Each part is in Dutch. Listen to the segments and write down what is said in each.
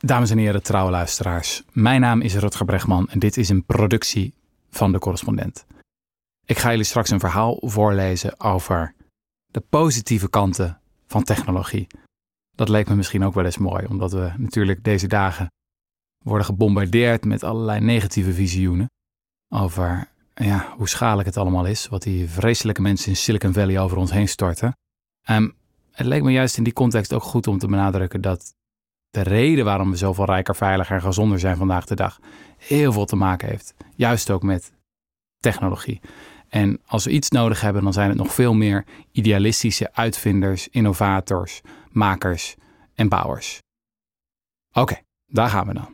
Dames en heren, trouwe luisteraars. Mijn naam is Rutger Bregman en dit is een productie van De Correspondent. Ik ga jullie straks een verhaal voorlezen over de positieve kanten van technologie. Dat leek me misschien ook wel eens mooi, omdat we natuurlijk deze dagen worden gebombardeerd met allerlei negatieve visioenen over hoe schadelijk het allemaal is, wat die vreselijke mensen in Silicon Valley over ons heen storten. Het leek me juist in die context ook goed om te benadrukken dat de reden waarom we zoveel rijker, veiliger en gezonder zijn vandaag de dag heel veel te maken heeft. Juist ook met technologie. En als we iets nodig hebben, dan zijn het nog veel meer idealistische uitvinders, innovators, makers en bouwers. Oké, daar gaan we dan.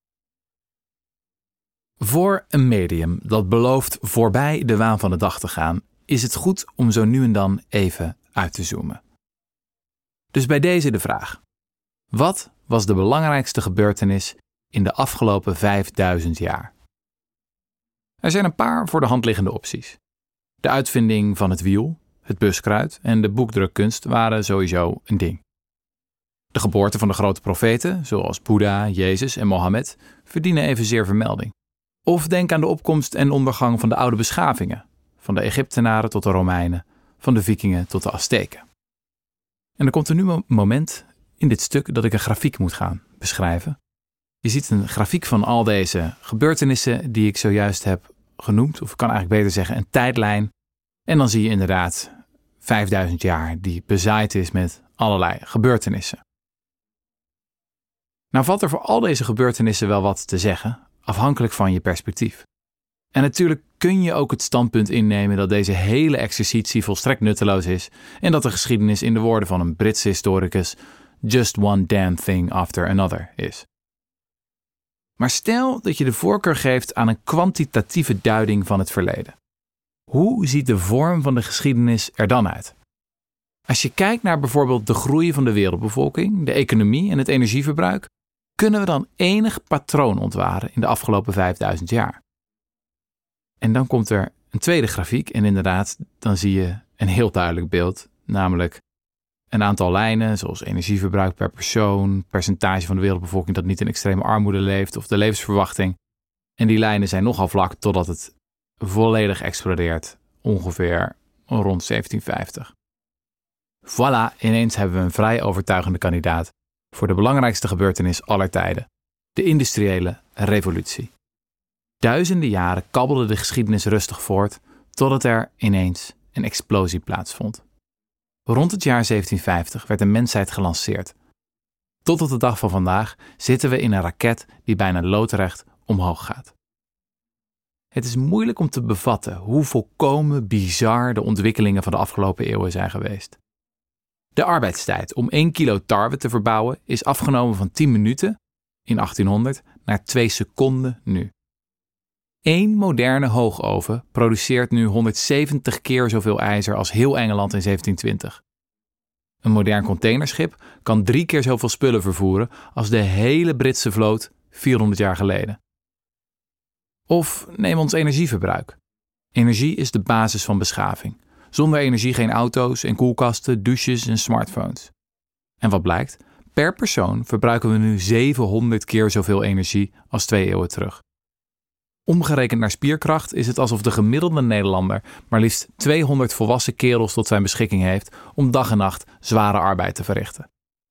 Voor een medium dat belooft voorbij de waan van de dag te gaan, is het goed om zo nu en dan even uit te zoomen. Dus bij deze de vraag: wat was de belangrijkste gebeurtenis in de afgelopen 5000 jaar? Er zijn een paar voor de hand liggende opties. De uitvinding van het wiel, het buskruid en de boekdrukkunst waren sowieso een ding. De geboorte van de grote profeten, zoals Boeddha, Jezus en Mohammed, verdienen evenzeer vermelding. Of denk aan de opkomst en ondergang van de oude beschavingen, van de Egyptenaren tot de Romeinen, van de Vikingen tot de Azteken. En er komt er nu een moment in dit stuk dat ik een grafiek moet gaan beschrijven. Je ziet een grafiek van al deze gebeurtenissen die ik zojuist heb genoemd, of ik kan eigenlijk beter zeggen een tijdlijn. En dan zie je inderdaad 5000 jaar die bezaaid is met allerlei gebeurtenissen. Nou valt er voor al deze gebeurtenissen wel wat te zeggen, afhankelijk van je perspectief. En natuurlijk kun je ook het standpunt innemen dat deze hele exercitie volstrekt nutteloos is en dat de geschiedenis in de woorden van een Britse historicus just one damn thing after another is. Maar stel dat je de voorkeur geeft aan een kwantitatieve duiding van het verleden. Hoe ziet de vorm van de geschiedenis er dan uit? Als je kijkt naar bijvoorbeeld de groei van de wereldbevolking, de economie en het energieverbruik, kunnen we dan enig patroon ontwaren in de afgelopen 5000 jaar. En dan komt er een tweede grafiek en inderdaad, dan zie je een heel duidelijk beeld, namelijk een aantal lijnen, zoals energieverbruik per persoon, percentage van de wereldbevolking dat niet in extreme armoede leeft of de levensverwachting. En die lijnen zijn nogal vlak totdat het volledig explodeert, ongeveer rond 1750. Voilà, ineens hebben we een vrij overtuigende kandidaat voor de belangrijkste gebeurtenis aller tijden, de industriële revolutie. Duizenden jaren kabbelde de geschiedenis rustig voort, totdat er ineens een explosie plaatsvond. Rond het jaar 1750 werd de mensheid gelanceerd. Tot op de dag van vandaag zitten we in een raket die bijna loodrecht omhoog gaat. Het is moeilijk om te bevatten hoe volkomen bizar de ontwikkelingen van de afgelopen eeuwen zijn geweest. De arbeidstijd om 1 kilo tarwe te verbouwen is afgenomen van 10 minuten in 1800 naar 2 seconden nu. 1 moderne hoogoven produceert nu 170 keer zoveel ijzer als heel Engeland in 1720. Een modern containerschip kan 3 keer zoveel spullen vervoeren als de hele Britse vloot 400 jaar geleden. Of neem ons energieverbruik. Energie is de basis van beschaving. Zonder energie geen auto's en koelkasten, douches en smartphones. En wat blijkt? Per persoon verbruiken we nu 700 keer zoveel energie als 2 eeuwen terug. Omgerekend naar spierkracht is het alsof de gemiddelde Nederlander maar liefst 200 volwassen kerels tot zijn beschikking heeft om dag en nacht zware arbeid te verrichten.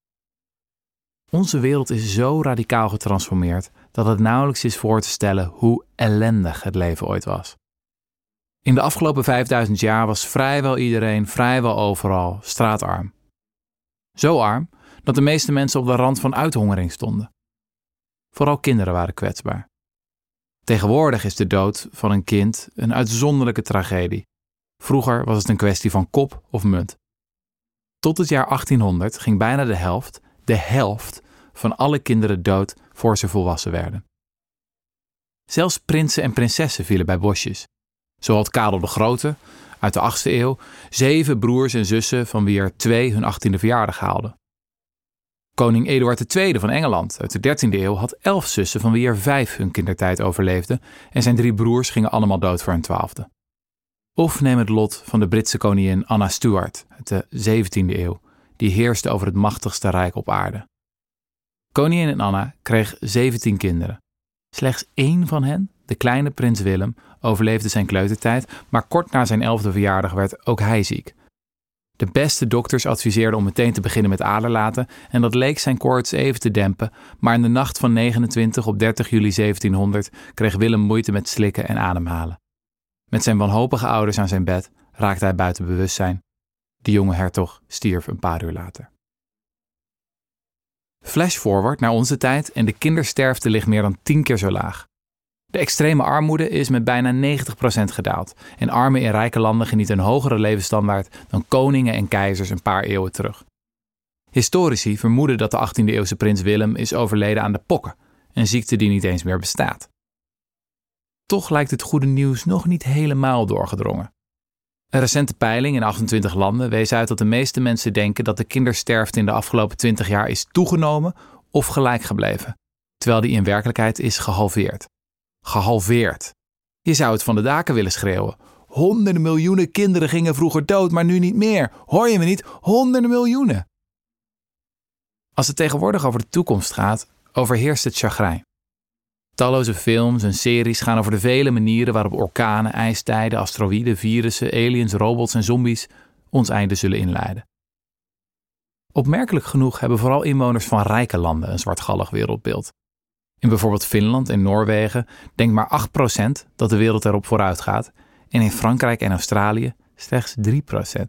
Onze wereld is zo radicaal getransformeerd dat het nauwelijks is voor te stellen hoe ellendig het leven ooit was. In de afgelopen 5000 jaar was vrijwel iedereen, vrijwel overal, straatarm. Zo arm dat de meeste mensen op de rand van uithongering stonden. Vooral kinderen waren kwetsbaar. Tegenwoordig is de dood van een kind een uitzonderlijke tragedie. Vroeger was het een kwestie van kop of munt. Tot het jaar 1800 ging bijna de helft van alle kinderen dood voor ze volwassen werden. Zelfs prinsen en prinsessen vielen bij bosjes. Zo had Karel de Grote, uit de 8e eeuw, 7 broers en zussen van wie er 2 hun 18e verjaardag haalden. Koning Eduard II van Engeland uit de 13e eeuw had 11 zussen van wie er 5 hun kindertijd overleefden en zijn 3 broers gingen allemaal dood voor hun 12e. Of neem het lot van de Britse koningin Anna Stuart uit de 17e eeuw, die heerste over het machtigste rijk op aarde. Koningin Anna kreeg 17 kinderen. Slechts 1 van hen, de kleine prins Willem, overleefde zijn kleutertijd, maar kort na zijn 11e verjaardag werd ook hij ziek. De beste dokters adviseerden om meteen te beginnen met aderlaten en dat leek zijn koorts even te dempen, maar in de nacht van 29 op 30 juli 1700 kreeg Willem moeite met slikken en ademhalen. Met zijn wanhopige ouders aan zijn bed raakte hij buiten bewustzijn. De jonge hertog stierf een paar uur later. Flash forward naar onze tijd en de kindersterfte ligt meer dan 10 keer zo laag. De extreme armoede is met bijna 90% gedaald en armen in rijke landen genieten een hogere levensstandaard dan koningen en keizers een paar eeuwen terug. Historici vermoeden dat de 18e-eeuwse prins Willem is overleden aan de pokken, een ziekte die niet eens meer bestaat. Toch lijkt het goede nieuws nog niet helemaal doorgedrongen. Een recente peiling in 28 landen wees uit dat de meeste mensen denken dat de kindersterfte in de afgelopen 20 jaar is toegenomen of gelijk gebleven, terwijl die in werkelijkheid is gehalveerd. Gehalveerd. Je zou het van de daken willen schreeuwen. Honderden miljoenen kinderen gingen vroeger dood, maar nu niet meer. Hoor je me niet? Honderden miljoenen. Als het tegenwoordig over de toekomst gaat, overheerst het chagrijn. Talloze films en series gaan over de vele manieren waarop orkanen, ijstijden, asteroïden, virussen, aliens, robots en zombies ons einde zullen inleiden. Opmerkelijk genoeg hebben vooral inwoners van rijke landen een zwartgallig wereldbeeld. In bijvoorbeeld Finland en Noorwegen denkt maar 8% dat de wereld erop vooruit gaat en in Frankrijk en Australië slechts 3%.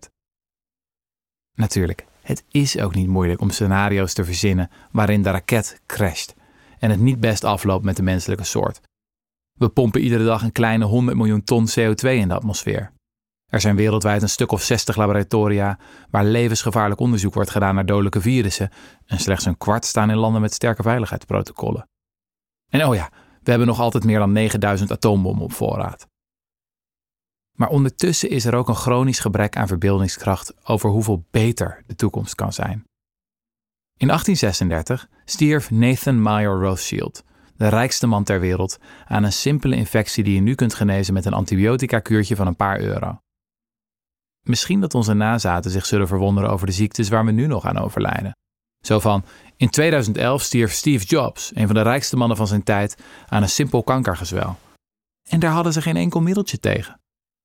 Natuurlijk, het is ook niet moeilijk om scenario's te verzinnen waarin de raket crasht en het niet best afloopt met de menselijke soort. We pompen iedere dag een kleine 100 miljoen ton CO2 in de atmosfeer. Er zijn wereldwijd een stuk of 60 laboratoria waar levensgevaarlijk onderzoek wordt gedaan naar dodelijke virussen en slechts een kwart staan in landen met sterke veiligheidsprotocollen. En we hebben nog altijd meer dan 9000 atoombommen op voorraad. Maar ondertussen is er ook een chronisch gebrek aan verbeeldingskracht over hoeveel beter de toekomst kan zijn. In 1836 stierf Nathan Mayer Rothschild, de rijkste man ter wereld, aan een simpele infectie die je nu kunt genezen met een antibiotica-kuurtje van een paar euro. Misschien dat onze nazaten zich zullen verwonderen over de ziektes waar we nu nog aan overlijden. Zo van, in 2011 stierf Steve Jobs, een van de rijkste mannen van zijn tijd, aan een simpel kankergezwel. En daar hadden ze geen enkel middeltje tegen.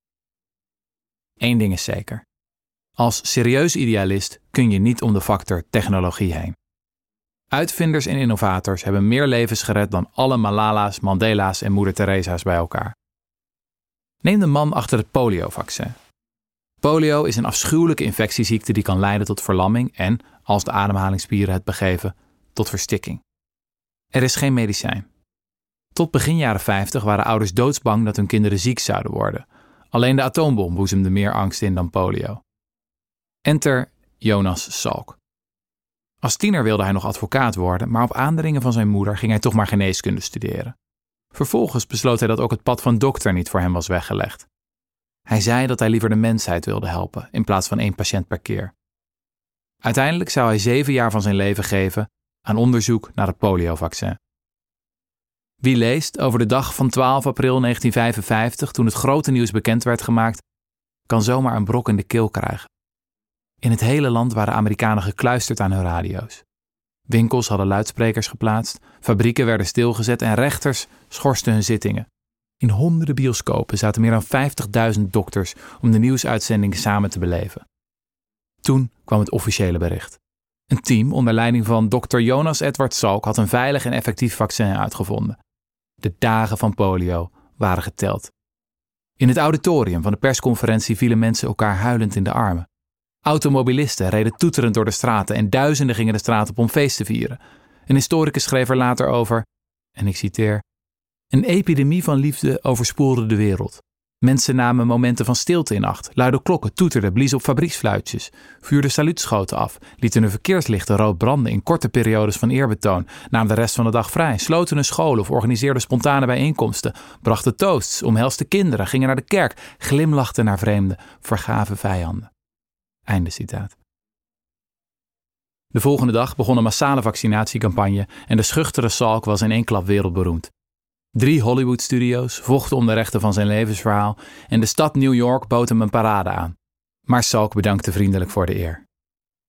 Eén ding is zeker. Als serieus idealist kun je niet om de factor technologie heen. Uitvinders en innovators hebben meer levens gered dan alle Malala's, Mandela's en Moeder Teresa's bij elkaar. Neem de man achter het poliovaccin. Polio is een afschuwelijke infectieziekte die kan leiden tot verlamming en, als de ademhalingsspieren het begeven, tot verstikking. Er is geen medicijn. Tot begin jaren 50 waren ouders doodsbang dat hun kinderen ziek zouden worden. Alleen de atoombom boezemde meer angst in dan polio. Enter Jonas Salk. Als tiener wilde hij nog advocaat worden, maar op aandringen van zijn moeder ging hij toch maar geneeskunde studeren. Vervolgens besloot hij dat ook het pad van dokter niet voor hem was weggelegd. Hij zei dat hij liever de mensheid wilde helpen, in plaats van 1 patiënt per keer. Uiteindelijk zou hij 7 jaar van zijn leven geven aan onderzoek naar het poliovaccin. Wie leest over de dag van 12 april 1955, toen het grote nieuws bekend werd gemaakt, kan zomaar een brok in de keel krijgen. In het hele land waren Amerikanen gekluisterd aan hun radio's. Winkels hadden luidsprekers geplaatst, fabrieken werden stilgezet en rechters schorsten hun zittingen. In honderden bioscopen zaten meer dan 50.000 dokters om de nieuwsuitzending samen te beleven. Toen kwam het officiële bericht. Een team onder leiding van Dr. Jonas Edward Salk had een veilig en effectief vaccin uitgevonden. De dagen van polio waren geteld. In het auditorium van de persconferentie vielen mensen elkaar huilend in de armen. Automobilisten reden toeterend door de straten en duizenden gingen de straat op om feest te vieren. Een historicus schreef er later over, en ik citeer: een epidemie van liefde overspoelde de wereld. Mensen namen momenten van stilte in acht, luide klokken toeterden, bliezen op fabrieksfluitjes, vuurden saluutschoten af, lieten hun verkeerslichten rood branden in korte periodes van eerbetoon, namen de rest van de dag vrij, sloten hun scholen of organiseerden spontane bijeenkomsten, brachten toasts, omhelsten kinderen, gingen naar de kerk, glimlachten naar vreemden, vergaven vijanden. Einde citaat. De volgende dag begon een massale vaccinatiecampagne en de schuchtere Salk was in één klap wereldberoemd. 3 Hollywood-studio's vochten om de rechten van zijn levensverhaal en de stad New York bood hem een parade aan. Maar Salk bedankte vriendelijk voor de eer.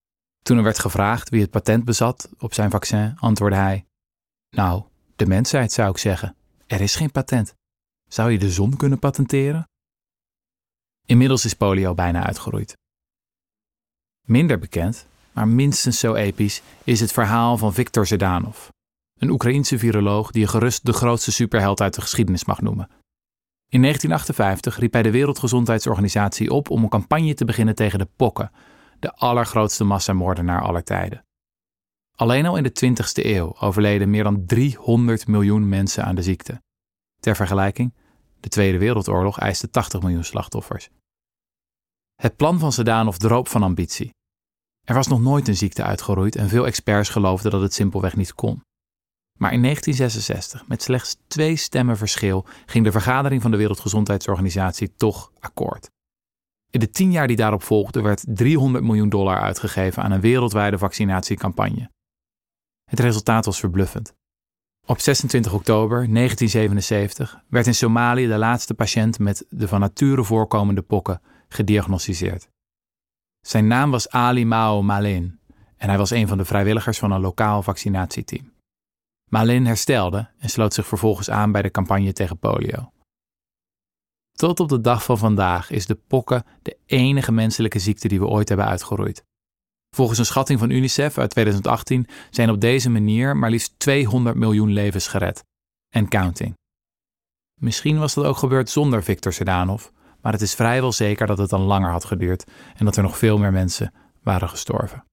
Toen er werd gevraagd wie het patent bezat op zijn vaccin, antwoordde hij: Nou, de mensheid zou ik zeggen. Er is geen patent. Zou je de zon kunnen patenteren? Inmiddels is polio bijna uitgeroeid. Minder bekend, maar minstens zo episch, is het verhaal van Viktor Zhdanov. Een Oekraïense viroloog die je gerust de grootste superheld uit de geschiedenis mag noemen. In 1958 riep hij de Wereldgezondheidsorganisatie op om een campagne te beginnen tegen de pokken, de allergrootste massamoordenaar aller tijden. Alleen al in de 20e eeuw overleden meer dan 300 miljoen mensen aan de ziekte. Ter vergelijking, de Tweede Wereldoorlog eiste 80 miljoen slachtoffers. Het plan van Zhdanov droop van ambitie. Er was nog nooit een ziekte uitgeroeid en veel experts geloofden dat het simpelweg niet kon. Maar in 1966, met slechts 2 stemmen verschil, ging de vergadering van de Wereldgezondheidsorganisatie toch akkoord. In de 10 jaar die daarop volgden werd $300 miljoen uitgegeven aan een wereldwijde vaccinatiecampagne. Het resultaat was verbluffend. Op 26 oktober 1977 werd in Somalië de laatste patiënt met de van nature voorkomende pokken gediagnosticeerd. Zijn naam was Ali Mao Malin en hij was een van de vrijwilligers van een lokaal vaccinatieteam. Malin herstelde en sloot zich vervolgens aan bij de campagne tegen polio. Tot op de dag van vandaag is de pokken de enige menselijke ziekte die we ooit hebben uitgeroeid. Volgens een schatting van UNICEF uit 2018 zijn op deze manier maar liefst 200 miljoen levens gered. En counting. Misschien was dat ook gebeurd zonder Viktor Zhdanov, maar het is vrijwel zeker dat het dan langer had geduurd en dat er nog veel meer mensen waren gestorven.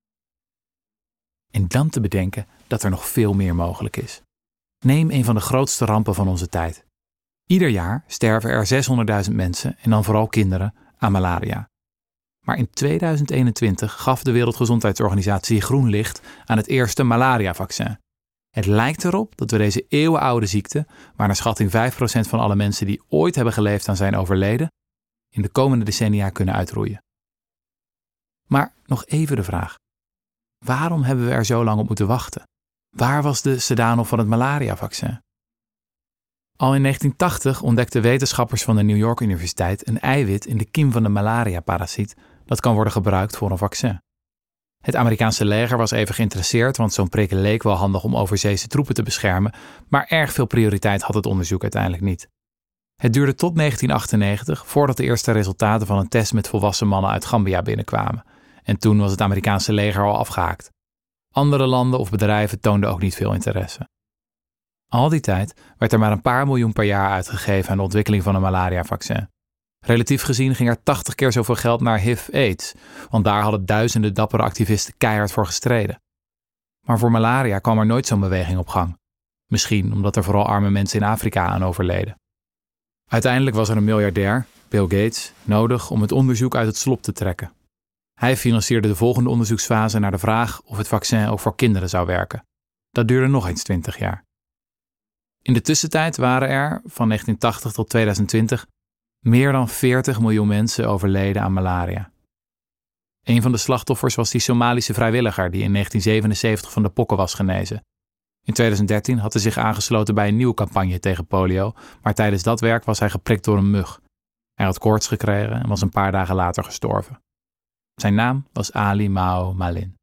En dan te bedenken dat er nog veel meer mogelijk is. Neem een van de grootste rampen van onze tijd. Ieder jaar sterven er 600.000 mensen, en dan vooral kinderen, aan malaria. Maar in 2021 gaf de Wereldgezondheidsorganisatie groen licht aan het eerste malaria-vaccin. Het lijkt erop dat we deze eeuwenoude ziekte, waar naar schatting 5% van alle mensen die ooit hebben geleefd aan zijn overleden, in de komende decennia kunnen uitroeien. Maar nog even de vraag. Waarom hebben we er zo lang op moeten wachten? Waar was de Zhdanov van het malaria-vaccin? Al in 1980 ontdekten wetenschappers van de New York Universiteit een eiwit in de kiem van de malaria-parasiet dat kan worden gebruikt voor een vaccin. Het Amerikaanse leger was even geïnteresseerd, want zo'n prik leek wel handig om overzeese troepen te beschermen, maar erg veel prioriteit had het onderzoek uiteindelijk niet. Het duurde tot 1998 voordat de eerste resultaten van een test met volwassen mannen uit Gambia binnenkwamen. En toen was het Amerikaanse leger al afgehaakt. Andere landen of bedrijven toonden ook niet veel interesse. Al die tijd werd er maar een paar miljoen per jaar uitgegeven aan de ontwikkeling van een malaria-vaccin. Relatief gezien ging er 80 keer zoveel geld naar HIV/AIDS, want daar hadden duizenden dappere activisten keihard voor gestreden. Maar voor malaria kwam er nooit zo'n beweging op gang. Misschien omdat er vooral arme mensen in Afrika aan overleden. Uiteindelijk was er een miljardair, Bill Gates, nodig om het onderzoek uit het slop te trekken. Hij financierde de volgende onderzoeksfase naar de vraag of het vaccin ook voor kinderen zou werken. Dat duurde nog eens 20 jaar. In de tussentijd waren er, van 1980 tot 2020, meer dan 40 miljoen mensen overleden aan malaria. Een van de slachtoffers was die Somalische vrijwilliger die in 1977 van de pokken was genezen. In 2013 had hij zich aangesloten bij een nieuwe campagne tegen polio, maar tijdens dat werk was hij geprikt door een mug. Hij had koorts gekregen en was een paar dagen later gestorven. Zijn naam was Ali Mao Malin.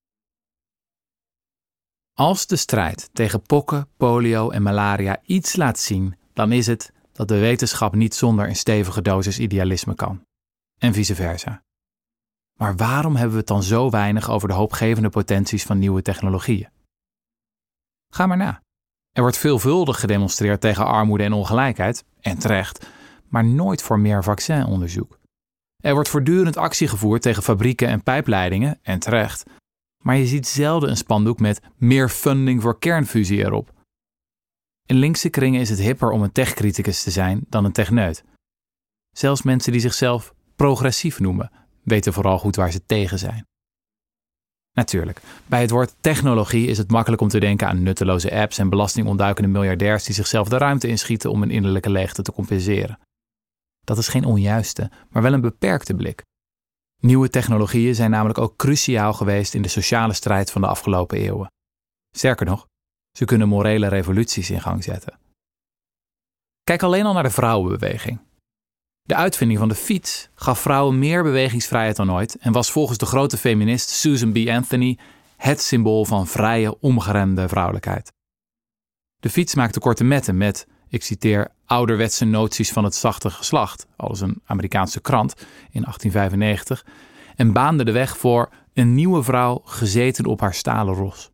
Als de strijd tegen pokken, polio en malaria iets laat zien, dan is het dat de wetenschap niet zonder een stevige dosis idealisme kan. En vice versa. Maar waarom hebben we het dan zo weinig over de hoopgevende potenties van nieuwe technologieën? Ga maar na. Er wordt veelvuldig gedemonstreerd tegen armoede en ongelijkheid, en terecht, maar nooit voor meer vaccinonderzoek. Er wordt voortdurend actie gevoerd tegen fabrieken en pijpleidingen, en terecht, maar je ziet zelden een spandoek met meer funding voor kernfusie erop. In linkse kringen is het hipper om een techcriticus te zijn dan een techneut. Zelfs mensen die zichzelf progressief noemen, weten vooral goed waar ze tegen zijn. Natuurlijk, bij het woord technologie is het makkelijk om te denken aan nutteloze apps en belastingontduikende miljardairs die zichzelf de ruimte inschieten om een innerlijke leegte te compenseren. Dat is geen onjuiste, maar wel een beperkte blik. Nieuwe technologieën zijn namelijk ook cruciaal geweest in de sociale strijd van de afgelopen eeuwen. Sterker nog, ze kunnen morele revoluties in gang zetten. Kijk alleen al naar de vrouwenbeweging. De uitvinding van de fiets gaf vrouwen meer bewegingsvrijheid dan ooit en was volgens de grote feminist Susan B. Anthony het symbool van vrije, ongeremde vrouwelijkheid. De fiets maakte korte metten met, ik citeer, ouderwetse noties van het zachte geslacht, aldus een Amerikaanse krant in 1895, en baande de weg voor een nieuwe vrouw gezeten op haar stalen ros.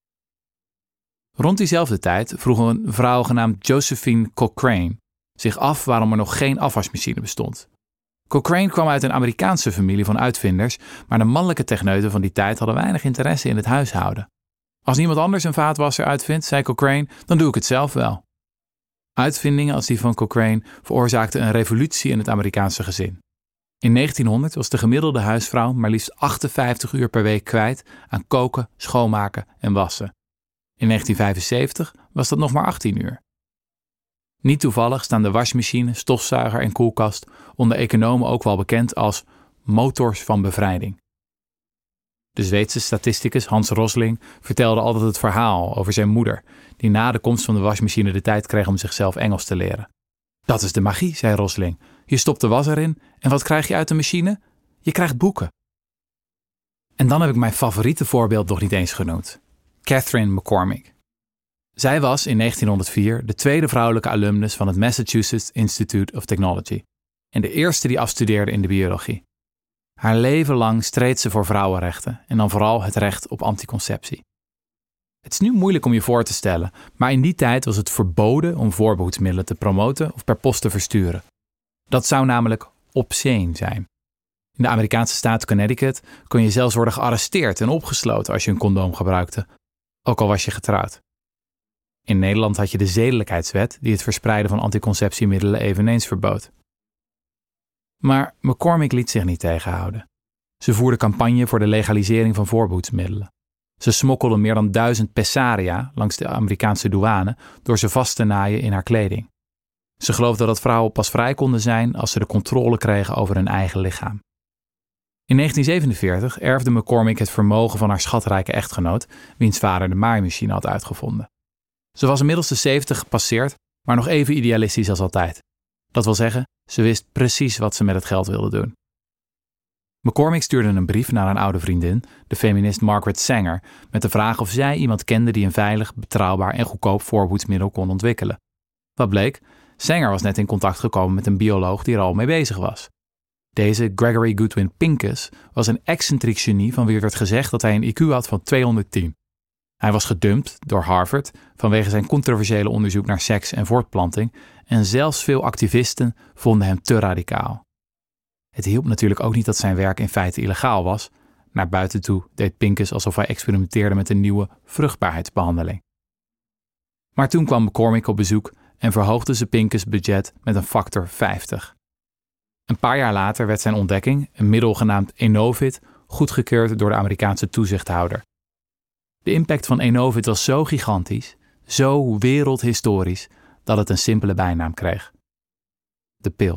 Rond diezelfde tijd vroeg een vrouw genaamd Josephine Cochrane zich af waarom er nog geen afwasmachine bestond. Cochrane kwam uit een Amerikaanse familie van uitvinders, maar de mannelijke techneuten van die tijd hadden weinig interesse in het huishouden. Als niemand anders een vaatwasser uitvindt, zei Cochrane, dan doe ik het zelf wel. Uitvindingen als die van Cochrane veroorzaakten een revolutie in het Amerikaanse gezin. In 1900 was de gemiddelde huisvrouw maar liefst 58 uur per week kwijt aan koken, schoonmaken en wassen. In 1975 was dat nog maar 18 uur. Niet toevallig staan de wasmachine, stofzuiger en koelkast onder economen ook wel bekend als motors van bevrijding. De Zweedse statisticus Hans Rosling vertelde altijd het verhaal over zijn moeder, die na de komst van de wasmachine de tijd kreeg om zichzelf Engels te leren. Dat is de magie, zei Rosling. Je stopt de was erin en wat krijg je uit de machine? Je krijgt boeken. En dan heb ik mijn favoriete voorbeeld nog niet eens genoemd. Catherine McCormick. Zij was in 1904 de tweede vrouwelijke alumnus van het Massachusetts Institute of Technology en de eerste die afstudeerde in de biologie. Haar leven lang streed ze voor vrouwenrechten en dan vooral het recht op anticonceptie. Het is nu moeilijk om je voor te stellen, maar in die tijd was het verboden om voorbehoedsmiddelen te promoten of per post te versturen. Dat zou namelijk obscene zijn. In de Amerikaanse staat Connecticut kon je zelfs worden gearresteerd en opgesloten als je een condoom gebruikte, ook al was je getrouwd. In Nederland had je de Zedelijkheidswet die het verspreiden van anticonceptiemiddelen eveneens verbood. Maar McCormick liet zich niet tegenhouden. Ze voerde campagne voor de legalisering van voorbehoedsmiddelen. Ze smokkelde meer dan 1000 pessaria langs de Amerikaanse douane door ze vast te naaien in haar kleding. Ze geloofde dat vrouwen pas vrij konden zijn als ze de controle kregen over hun eigen lichaam. In 1947 erfde McCormick het vermogen van haar schatrijke echtgenoot, wiens vader de maaimachine had uitgevonden. Ze was inmiddels de 70 gepasseerd, maar nog even idealistisch als altijd. Dat wil zeggen, ze wist precies wat ze met het geld wilde doen. McCormick stuurde een brief naar een oude vriendin, de feminist Margaret Sanger, met de vraag of zij iemand kende die een veilig, betrouwbaar en goedkoop voorbehoedsmiddel kon ontwikkelen. Wat bleek? Sanger was net in contact gekomen met een bioloog die er al mee bezig was. Deze Gregory Goodwin Pincus was een excentriek genie van wie werd gezegd dat hij een IQ had van 210. Hij was gedumpt door Harvard vanwege zijn controversiële onderzoek naar seks en voortplanting en zelfs veel activisten vonden hem te radicaal. Het hielp natuurlijk ook niet dat zijn werk in feite illegaal was. Naar buiten toe deed Pincus alsof hij experimenteerde met een nieuwe vruchtbaarheidsbehandeling. Maar toen kwam McCormick op bezoek en verhoogde ze Pincus' budget met een factor 50. Een paar jaar later werd zijn ontdekking, een middel genaamd Enovit, goedgekeurd door de Amerikaanse toezichthouder. De impact van Enovit was zo gigantisch, zo wereldhistorisch, dat het een simpele bijnaam kreeg. De pil.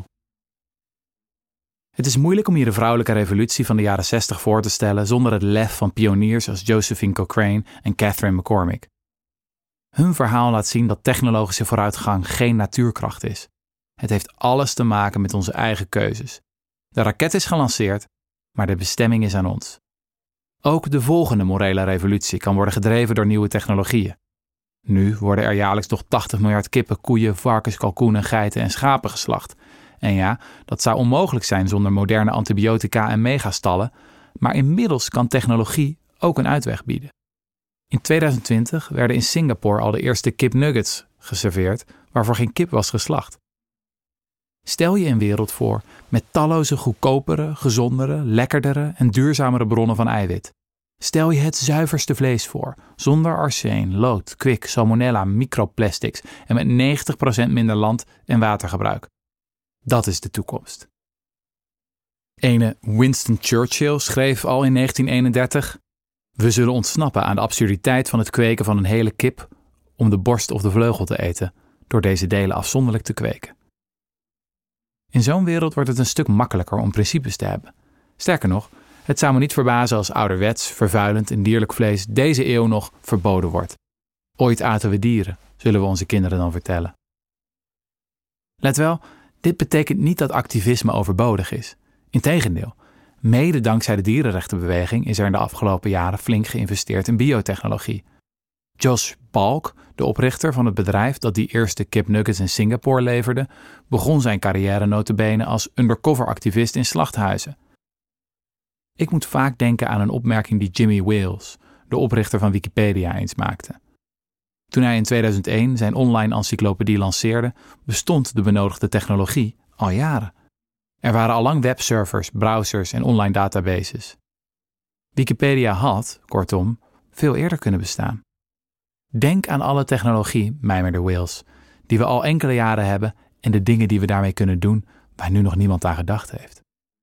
Het is moeilijk om je de vrouwelijke revolutie van de jaren 60 voor te stellen zonder het lef van pioniers als Josephine Cochrane en Catherine McCormick. Hun verhaal laat zien dat technologische vooruitgang geen natuurkracht is. Het heeft alles te maken met onze eigen keuzes. De raket is gelanceerd, maar de bestemming is aan ons. Ook de volgende morele revolutie kan worden gedreven door nieuwe technologieën. Nu worden er jaarlijks nog 80 miljard kippen, koeien, varkens, kalkoenen, geiten en schapen geslacht. En ja, dat zou onmogelijk zijn zonder moderne antibiotica en megastallen, maar inmiddels kan technologie ook een uitweg bieden. In 2020 werden in Singapore al de eerste kipnuggets geserveerd waarvoor geen kip was geslacht. Stel je een wereld voor met talloze goedkopere, gezondere, lekkerdere en duurzamere bronnen van eiwit. Stel je het zuiverste vlees voor, zonder arseen, lood, kwik, salmonella, microplastics en met 90% minder land- en watergebruik. Dat is de toekomst. Ene Winston Churchill schreef al in 1931: we zullen ontsnappen aan de absurditeit van het kweken van een hele kip om de borst of de vleugel te eten, door deze delen afzonderlijk te kweken. In zo'n wereld wordt het een stuk makkelijker om principes te hebben. Sterker nog, het zou me niet verbazen als ouderwets, vervuilend en dierlijk vlees deze eeuw nog verboden wordt. Ooit aten we dieren, zullen we onze kinderen dan vertellen. Let wel, Dit betekent niet dat activisme overbodig is. Integendeel, mede dankzij de dierenrechtenbeweging is er in de afgelopen jaren flink geïnvesteerd in biotechnologie. Josh Balk, de oprichter van het bedrijf dat die eerste kipnuggets in Singapore leverde, begon zijn carrière nota bene als undercover-activist in slachthuizen. Ik moet vaak denken aan een opmerking die Jimmy Wales, de oprichter van Wikipedia, eens maakte. Toen hij in 2001 zijn online encyclopedie lanceerde, bestond de benodigde technologie al jaren. Er waren allang webservers, browsers en online databases. Wikipedia had, kortom, veel eerder kunnen bestaan. Denk aan alle technologie, mijmerde Wales, die we al enkele jaren hebben en de dingen die we daarmee kunnen doen waar nu nog niemand aan gedacht heeft.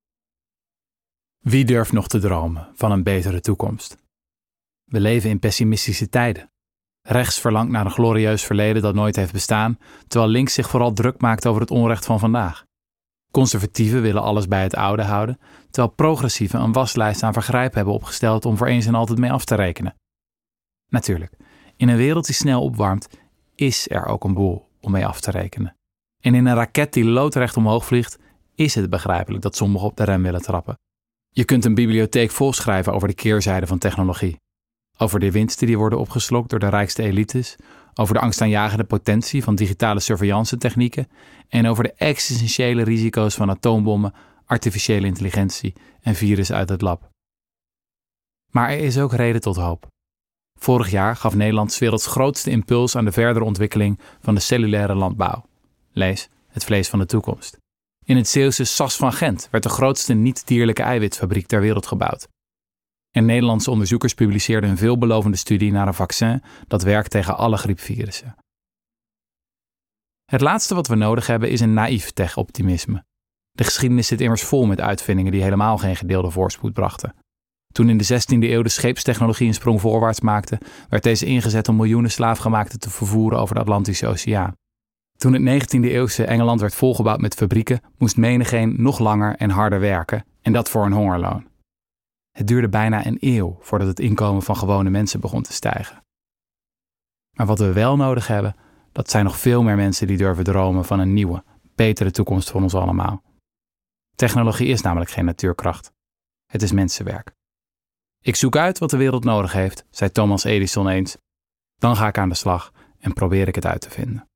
Wie durft nog te dromen van een betere toekomst? We leven in pessimistische tijden. Rechts verlangt naar een glorieus verleden dat nooit heeft bestaan, terwijl links zich vooral druk maakt over het onrecht van vandaag. Conservatieven willen alles bij het oude houden, terwijl progressieven een waslijst aan vergrijp hebben opgesteld om voor eens en altijd mee af te rekenen. Natuurlijk, in een wereld die snel opwarmt, is er ook een boel om mee af te rekenen. En in een raket die loodrecht omhoog vliegt, is het begrijpelijk dat sommigen op de rem willen trappen. Je kunt een bibliotheek volschrijven over de keerzijde van technologie. Over de winsten die worden opgeslokt door de rijkste elites, over de angstaanjagende potentie van digitale surveillance technieken en over de existentiële risico's van atoombommen, artificiële intelligentie en virussen uit het lab. Maar er is ook reden tot hoop. Vorig jaar gaf Nederland 's werelds grootste impuls aan de verdere ontwikkeling van de cellulaire landbouw. Lees, het vlees van de toekomst. In het Zeeuwse Sas van Gent werd de grootste niet-dierlijke eiwitfabriek ter wereld gebouwd. En Nederlandse onderzoekers publiceerden een veelbelovende studie naar een vaccin dat werkt tegen alle griepvirussen. Het laatste wat we nodig hebben is een naïef tech-optimisme. De geschiedenis zit immers vol met uitvindingen die helemaal geen gedeelde voorspoed brachten. Toen in de 16e eeuw de scheepstechnologie een sprong voorwaarts maakte, werd deze ingezet om miljoenen slaafgemaakten te vervoeren over de Atlantische Oceaan. Toen het 19e-eeuwse Engeland werd volgebouwd met fabrieken, moest menigeen nog langer en harder werken, en dat voor een hongerloon. Het duurde bijna een eeuw voordat het inkomen van gewone mensen begon te stijgen. Maar wat we wel nodig hebben, dat zijn nog veel meer mensen die durven dromen van een nieuwe, betere toekomst voor ons allemaal. Technologie is namelijk geen natuurkracht. Het is mensenwerk. Ik zoek uit wat de wereld nodig heeft, zei Thomas Edison eens. Dan ga ik aan de slag en probeer ik het uit te vinden.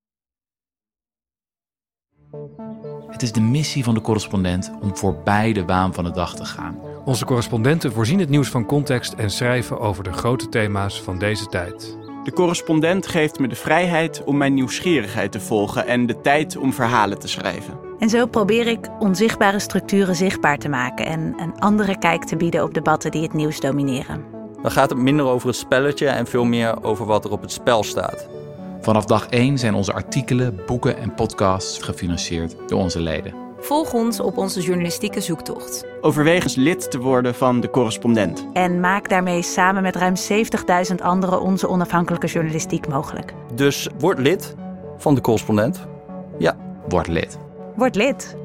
Het is de missie van de correspondent om voorbij de waan van de dag te gaan. Onze correspondenten voorzien het nieuws van context en schrijven over de grote thema's van deze tijd. De correspondent geeft me de vrijheid om mijn nieuwsgierigheid te volgen en de tijd om verhalen te schrijven. En zo probeer ik onzichtbare structuren zichtbaar te maken en een andere kijk te bieden op debatten die het nieuws domineren. Dan gaat het minder over het spelletje en veel meer over wat er op het spel staat. Vanaf dag 1 zijn onze artikelen, boeken en podcasts gefinancierd door onze leden. Volg ons op onze journalistieke zoektocht. Overweeg eens lid te worden van de correspondent. En maak daarmee samen met ruim 70.000 anderen onze onafhankelijke journalistiek mogelijk. Dus word lid van de correspondent. Ja. Word lid. Word lid.